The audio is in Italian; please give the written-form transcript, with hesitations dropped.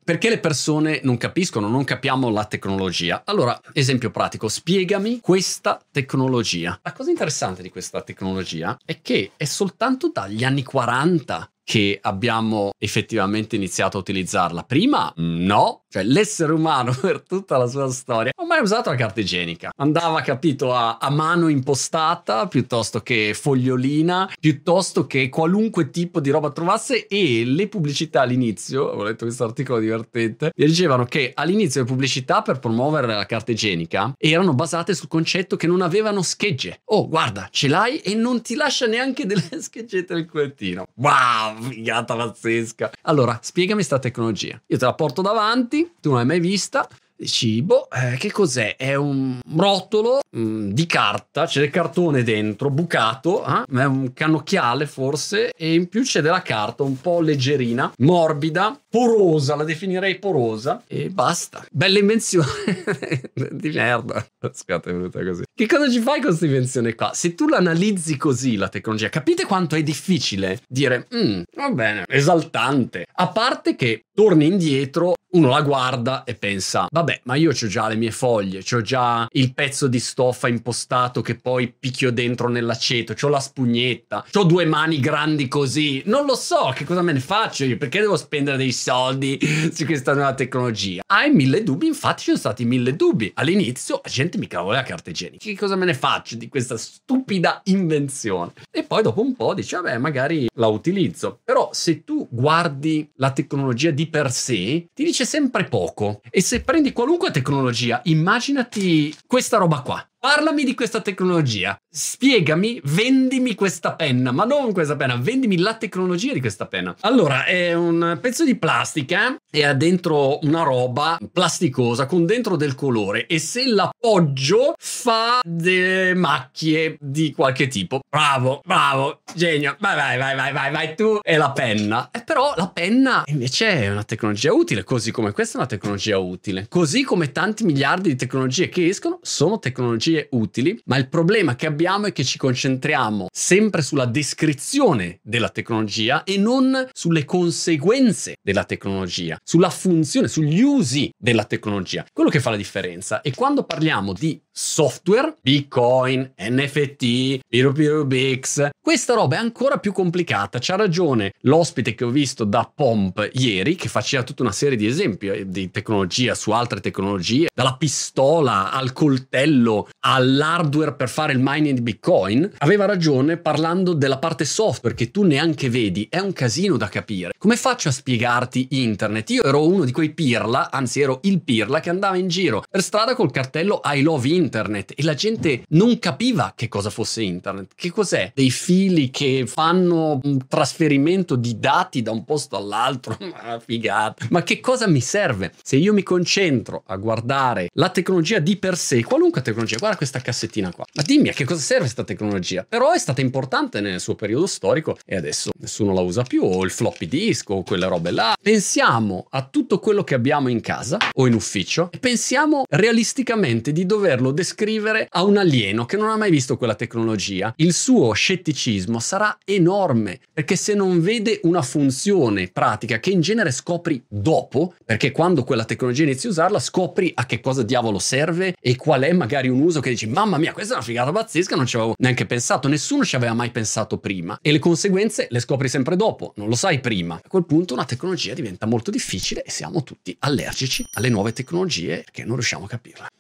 perché le persone non capiscono, non capiamo la tecnologia? Allora, esempio pratico, spiegami questa tecnologia. La cosa interessante di questa tecnologia è che è soltanto dagli anni 40 che abbiamo effettivamente iniziato a utilizzarla. Prima no, cioè l'essere umano per tutta la sua storia non ha mai usato la carta igienica. Andava, capito, a mano impostata piuttosto che fogliolina, piuttosto che qualunque tipo di roba trovasse, e le pubblicità all'inizio, ho letto questo articolo divertente, dicevano che all'inizio le pubblicità per promuovere la carta igienica erano basate sul concetto che non avevano schegge. Oh, guarda, ce l'hai e non ti lascia neanche delle scheggette nel culettino. Wow! Figata pazzesca. Allora, spiegami sta tecnologia. Io te la porto davanti, tu non l'hai mai vista. Dici, che cos'è? È un rotolo di carta, c'è del cartone dentro, bucato, è un cannocchiale forse, e in più c'è della carta un po' leggerina, morbida, porosa, la definirei porosa, e basta. Bella invenzione di merda. Scusate, è venuta così. Che cosa ci fai con questa invenzione qua? Se tu l'analizzi così, la tecnologia, capite quanto è difficile dire, va bene, esaltante. A parte che torni indietro, uno la guarda e pensa, vabbè, ma io c'ho già le mie foglie, c'ho già il pezzo di stoffa impostato che poi picchio dentro nell'aceto, c'ho la spugnetta, c'ho 2 mani grandi così, non lo so che cosa me ne faccio io, perché devo spendere dei soldi su questa nuova tecnologia? Hai 1000 dubbi, infatti ci sono stati 1000 dubbi. All'inizio la gente mica voleva carta igienica, che cosa me ne faccio di questa stupida invenzione? E poi dopo un po' dici, vabbè, magari la utilizzo. Però se tu guardi la tecnologia di per sé, ti dice sempre poco. E se prendi qualunque tecnologia, immaginati questa roba qua. Parlami di questa tecnologia, spiegami, vendimi questa penna, ma non questa penna, vendimi la tecnologia di questa penna. Allora, è un pezzo di plastica e ha dentro una roba plasticosa con dentro del colore, e se l'appoggio fa delle macchie di qualche tipo. Bravo, genio, vai, tu è la penna. Però la penna invece è una tecnologia utile, così come questa è una tecnologia utile, così come tanti miliardi di tecnologie che escono sono tecnologie utili, ma il problema che abbiamo è che ci concentriamo sempre sulla descrizione della tecnologia e non sulle conseguenze della tecnologia, sulla funzione, sugli usi della tecnologia, quello che fa la differenza. E quando parliamo di software, Bitcoin, NFT, Rubix, questa roba è ancora più complicata. C'ha ragione l'ospite che ho visto da Pomp ieri, che faceva tutta una serie di esempi di tecnologia su altre tecnologie, dalla pistola al coltello all'hardware per fare il mining di Bitcoin. Aveva ragione parlando della parte software che tu neanche vedi, è un casino da capire. Come faccio a spiegarti internet? Io ero uno di quei pirla, anzi ero il pirla che andava in giro per strada col cartello I love internet, e la gente non capiva che cosa fosse internet. Che cos'è? Dei fili che fanno un trasferimento di dati da un posto all'altro? Ma figata. Ma che cosa mi serve? Se io mi concentro a guardare la tecnologia di per sé, qualunque tecnologia, guarda questa cassettina qua, ma dimmi a che cosa serve questa tecnologia? Però è stata importante nel suo periodo storico e adesso nessuno la usa più, o il floppy disk o quelle robe là. Pensiamo a tutto quello che abbiamo in casa o in ufficio e pensiamo realisticamente di doverlo descrivere a un alieno che non ha mai visto quella tecnologia. Il suo scetticismo sarà enorme, perché se non vede una funzione pratica che in genere scopri dopo, perché quando quella tecnologia inizi a usarla scopri a che cosa diavolo serve e qual è magari un uso che dici, mamma mia, questa è una figata pazzesca, non ci avevo neanche pensato, nessuno ci aveva mai pensato prima, e le conseguenze le scopri sempre dopo, non lo sai prima. A quel punto una tecnologia diventa molto difficile e siamo tutti allergici alle nuove tecnologie perché non riusciamo a capirla.